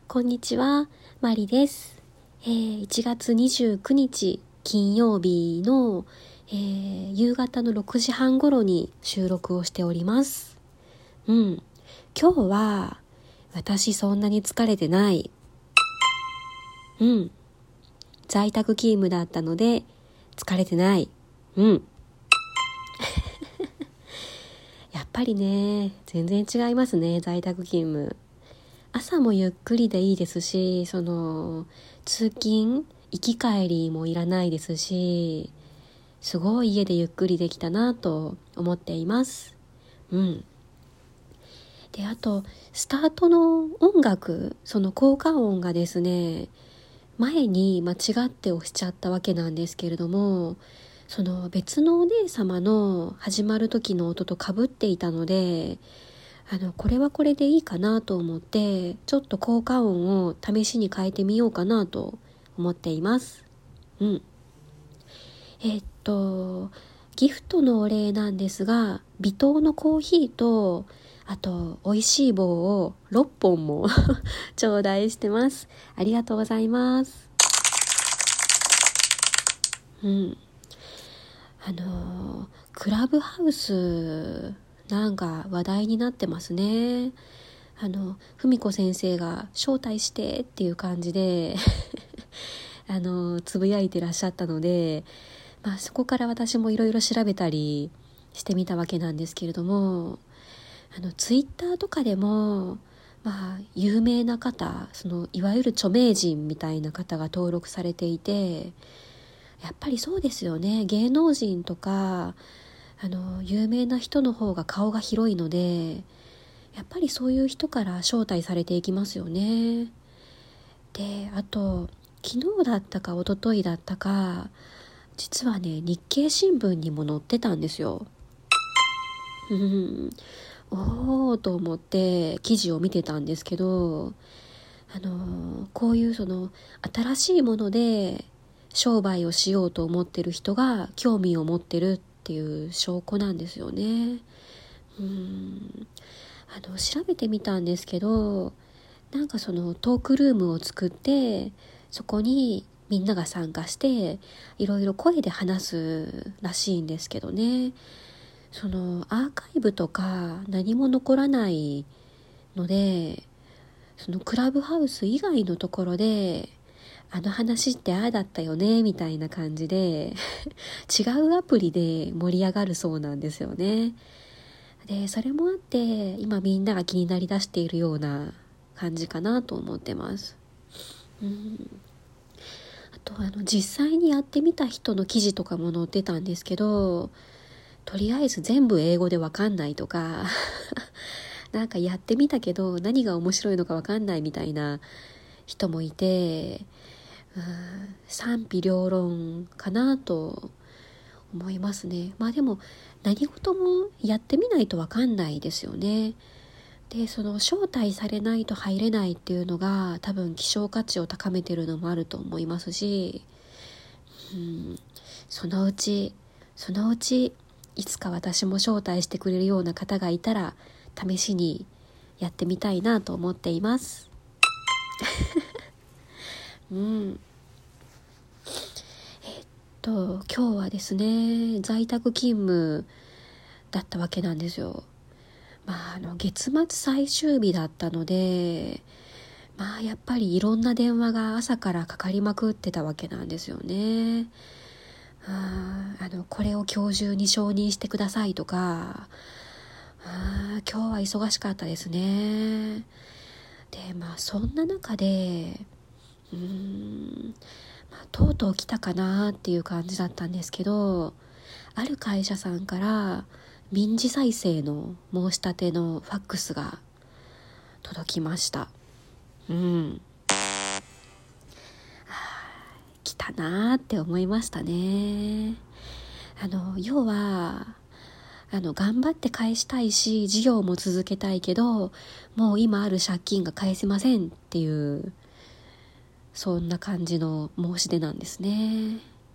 こんにちは、マリです。1月29日金曜日の、夕方の6時半頃に収録をしております。今日は私そんなに疲れてない。在宅勤務だったので疲れてない。やっぱりね、全然違いますね、在宅勤務。朝もゆっくりでいいですし、通勤行き帰りもいらないですし、すごい家でゆっくりできたなと思っています。で、あとスタートの音楽、その効果音がですね、前に間違って押しちゃったわけなんですけれども、その別のお姉様の始まる時の音と被っていたので、これはこれでいいかなと思って、ちょっと効果音を試しに変えてみようかなと思っています。ギフトのお礼なんですが、微糖のコーヒーと、あと美味しい棒を6本も頂戴してます。ありがとうございます。クラブハウスなんか話題になってますね。文子先生が招待してっていう感じでつぶやいてらっしゃったので、そこから私もいろいろ調べたりしてみたわけなんですけれども、ツイッターとかでも有名な方、いわゆる著名人みたいな方が登録されていて、やっぱりそうですよね。芸能人とか有名な人の方が顔が広いので、やっぱりそういう人から招待されていきますよね。で、あと昨日だったか一昨日だったか、実はね、日経新聞にも載ってたんですよ。おーと思って記事を見てたんですけど、こういう新しいもので商売をしようと思ってる人が興味を持ってるっていう証拠なんですよね。調べてみたんですけど、なんかトークルームを作って、そこにみんなが参加していろいろ声で話すらしいんですけどね、アーカイブとか何も残らないので、クラブハウス以外のところで話ってああだったよねみたいな感じで違うアプリで盛り上がるそうなんですよね。で、それもあって今みんなが気になりだしているような感じかなと思ってます。あと実際にやってみた人の記事とかも載ってたんですけど、とりあえず全部英語でわかんないとかなんかやってみたけど何が面白いのかわかんないみたいな人もいて、賛否両論かなと思いますね。でも何事もやってみないとわかんないですよね。で、招待されないと入れないっていうのが多分希少価値を高めてるのもあると思いますし、そのうちいつか私も招待してくれるような方がいたら試しにやってみたいなと思っています今日はですね、在宅勤務だったわけなんですよ。月末最終日だったので、やっぱりいろんな電話が朝からかかりまくってたわけなんですよね。これを今日中に承認してくださいとか、今日は忙しかったですね。で、そんな中でとうとう来たかなっていう感じだったんですけど、ある会社さんから民事再生の申し立てのファックスが届きました。来たなーって思いましたね。要は頑張って返したいし事業も続けたいけど、もう今ある借金が返せませんっていう、そんな感じの申し出なんですね。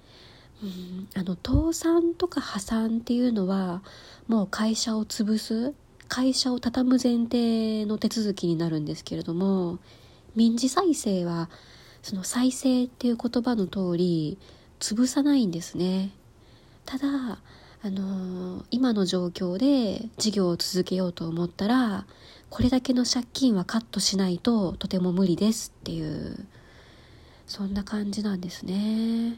倒産とか破産っていうのはもう会社を潰す、会社を畳む前提の手続きになるんですけれども、 民事再生はその再生っていう言葉の通り潰さないんですね。ただ今の状況で事業を続けようと思ったらこれだけの借金はカットしないととても無理ですっていう、そんな感じなんですね。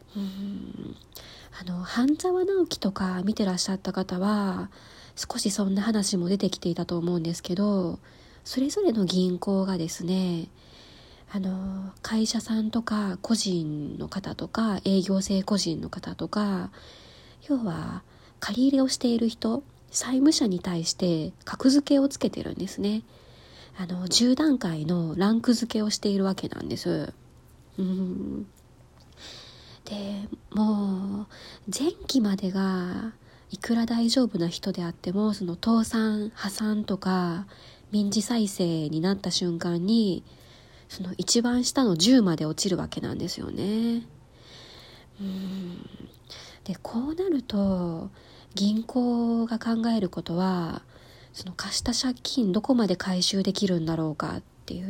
半沢直樹とか見てらっしゃった方は少しそんな話も出てきていたと思うんですけど、それぞれの銀行がですね、会社さんとか個人の方とか営業性個人の方とか、要は借り入れをしている人、債務者に対して格付けをつけてるんですね。10段階のランク付けをしているわけなんです。でもう前期までがいくら大丈夫な人であっても、その倒産破産とか民事再生になった瞬間にその一番下の10まで落ちるわけなんですよね。でこうなると銀行が考えることは、その貸した借金どこまで回収できるんだろうかっていう、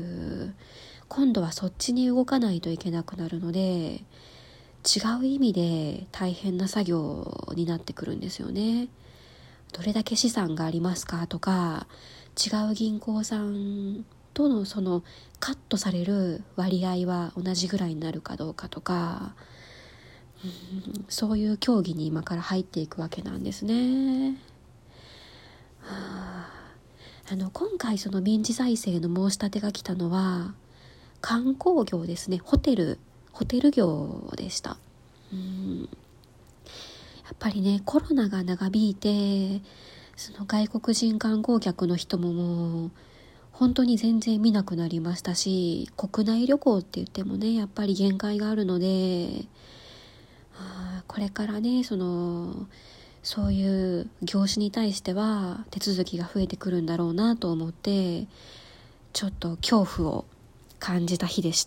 今度はそっちに動かないといけなくなるので、違う意味で大変な作業になってくるんですよね。どれだけ資産がありますかとか、違う銀行さんとのそのカットされる割合は同じぐらいになるかどうかとか、そういう競技に今から入っていくわけなんですね。今回その民事再生の申し立てが来たのは観光業ですね。ホテル業でした。やっぱりね、コロナが長引いてその外国人観光客の人も本当に全然見なくなりましたし、国内旅行って言ってもねやっぱり限界があるので、これからねそういう業種に対しては手続きが増えてくるんだろうなと思って、ちょっと恐怖を感じた日でした。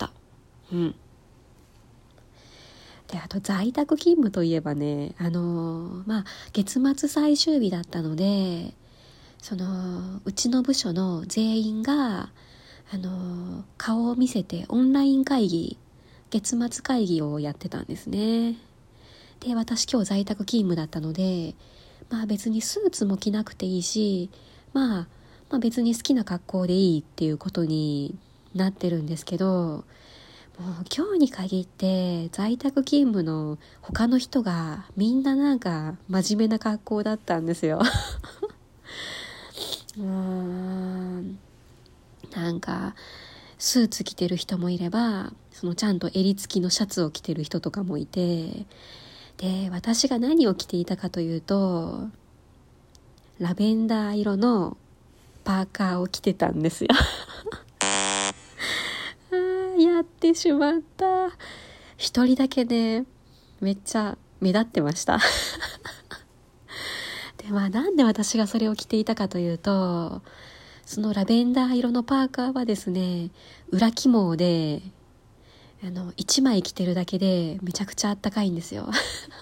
であと在宅勤務といえばね、月末最終日だったので、うちの部署の全員が顔を見せてオンライン会議、月末会議をやってたんですね。で私今日在宅勤務だったので、別にスーツも着なくていいし、別に好きな格好でいいっていうことになってるんですけど、もう今日に限って在宅勤務の他の人がみんななんか真面目な格好だったんですよなんかスーツ着てる人もいれば、ちゃんと襟付きのシャツを着てる人とかもいて、で私が何を着ていたかというとラベンダー色のパーカーを着てたんですよやってしまった。一人だけねめっちゃ目立ってましたでなんで私がそれを着ていたかというと、そのラベンダー色のパーカーはですね、裏起毛で1枚着てるだけでめちゃくちゃあったかいんですよ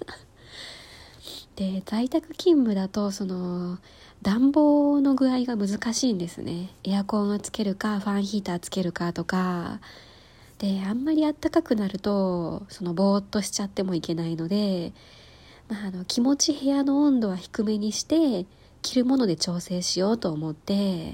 で在宅勤務だと暖房の具合が難しいんですね。エアコンをつけるかファンヒーターつけるかとかで、あんまり暖かくなるとぼーっとしちゃってもいけないので、気持ち部屋の温度は低めにして着るもので調整しようと思って、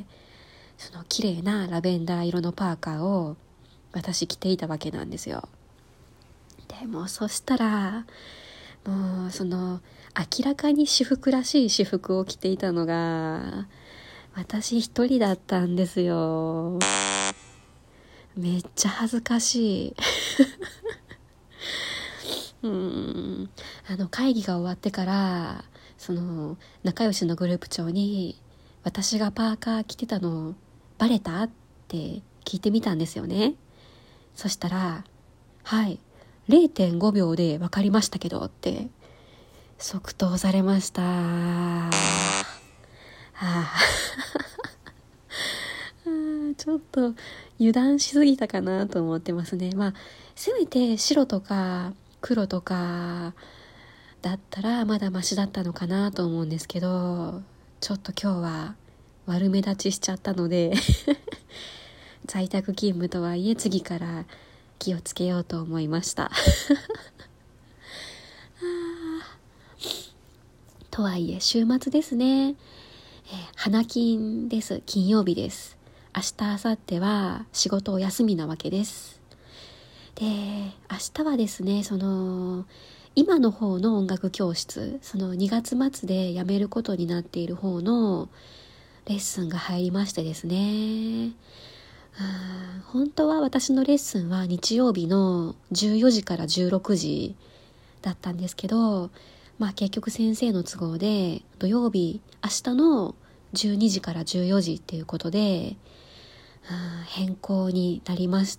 綺麗なラベンダー色のパーカーを私着ていたわけなんですよ。でもそしたらもう明らかに私服らしい私服を着ていたのが私一人だったんですよ。めっちゃ恥ずかしい会議が終わってから仲良しのグループ長に私がパーカー着てたのバレたって聞いてみたんですよね。そしたらはい、0.5 秒で分かりましたけどって即答されましたちょっと油断しすぎたかなと思ってますね。せめて白とか黒とかだったらまだマシだったのかなと思うんですけど、ちょっと今日は悪目立ちしちゃったので在宅勤務とはいえ次から気をつけようと思いましたとはいえ週末ですね、花金です。金曜日です。明日明後日は仕事お休みなわけです。で、明日はですね、今の方の音楽教室、2月末で辞めることになっている方のレッスンが入りましてですね、本当は私のレッスンは日曜日の14時から16時だったんですけど、結局先生の都合で土曜日、明日の12時から14時っていうことで変更になりました。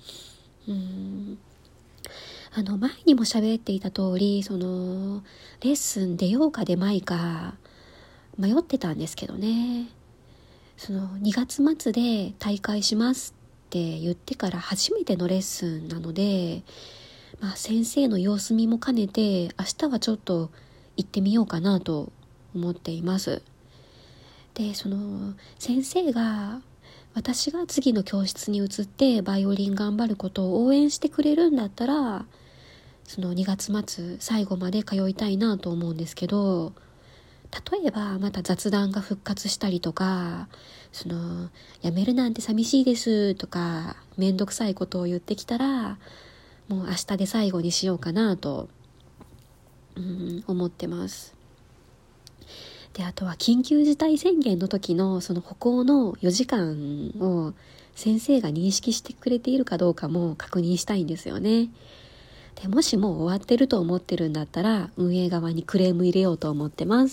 前にも喋っていた通り、レッスン出ようか出まいか迷ってたんですけどね、2月末で退会しますって言ってから初めてのレッスンなので、先生の様子見も兼ねて明日はちょっと行ってみようかなと思っています。で、先生が私が次の教室に移ってバイオリン頑張ることを応援してくれるんだったら、2月末最後まで通いたいなと思うんですけど、例えばまた雑談が復活したりとか、辞めるなんて寂しいですとかめんどくさいことを言ってきたら、もう明日で最後にしようかなと、思ってます。で、あとは緊急事態宣言の時の歩行の4時間を先生が認識してくれているかどうかも確認したいんですよね。で、もしもう終わってると思ってるんだったら運営側にクレーム入れようと思ってます。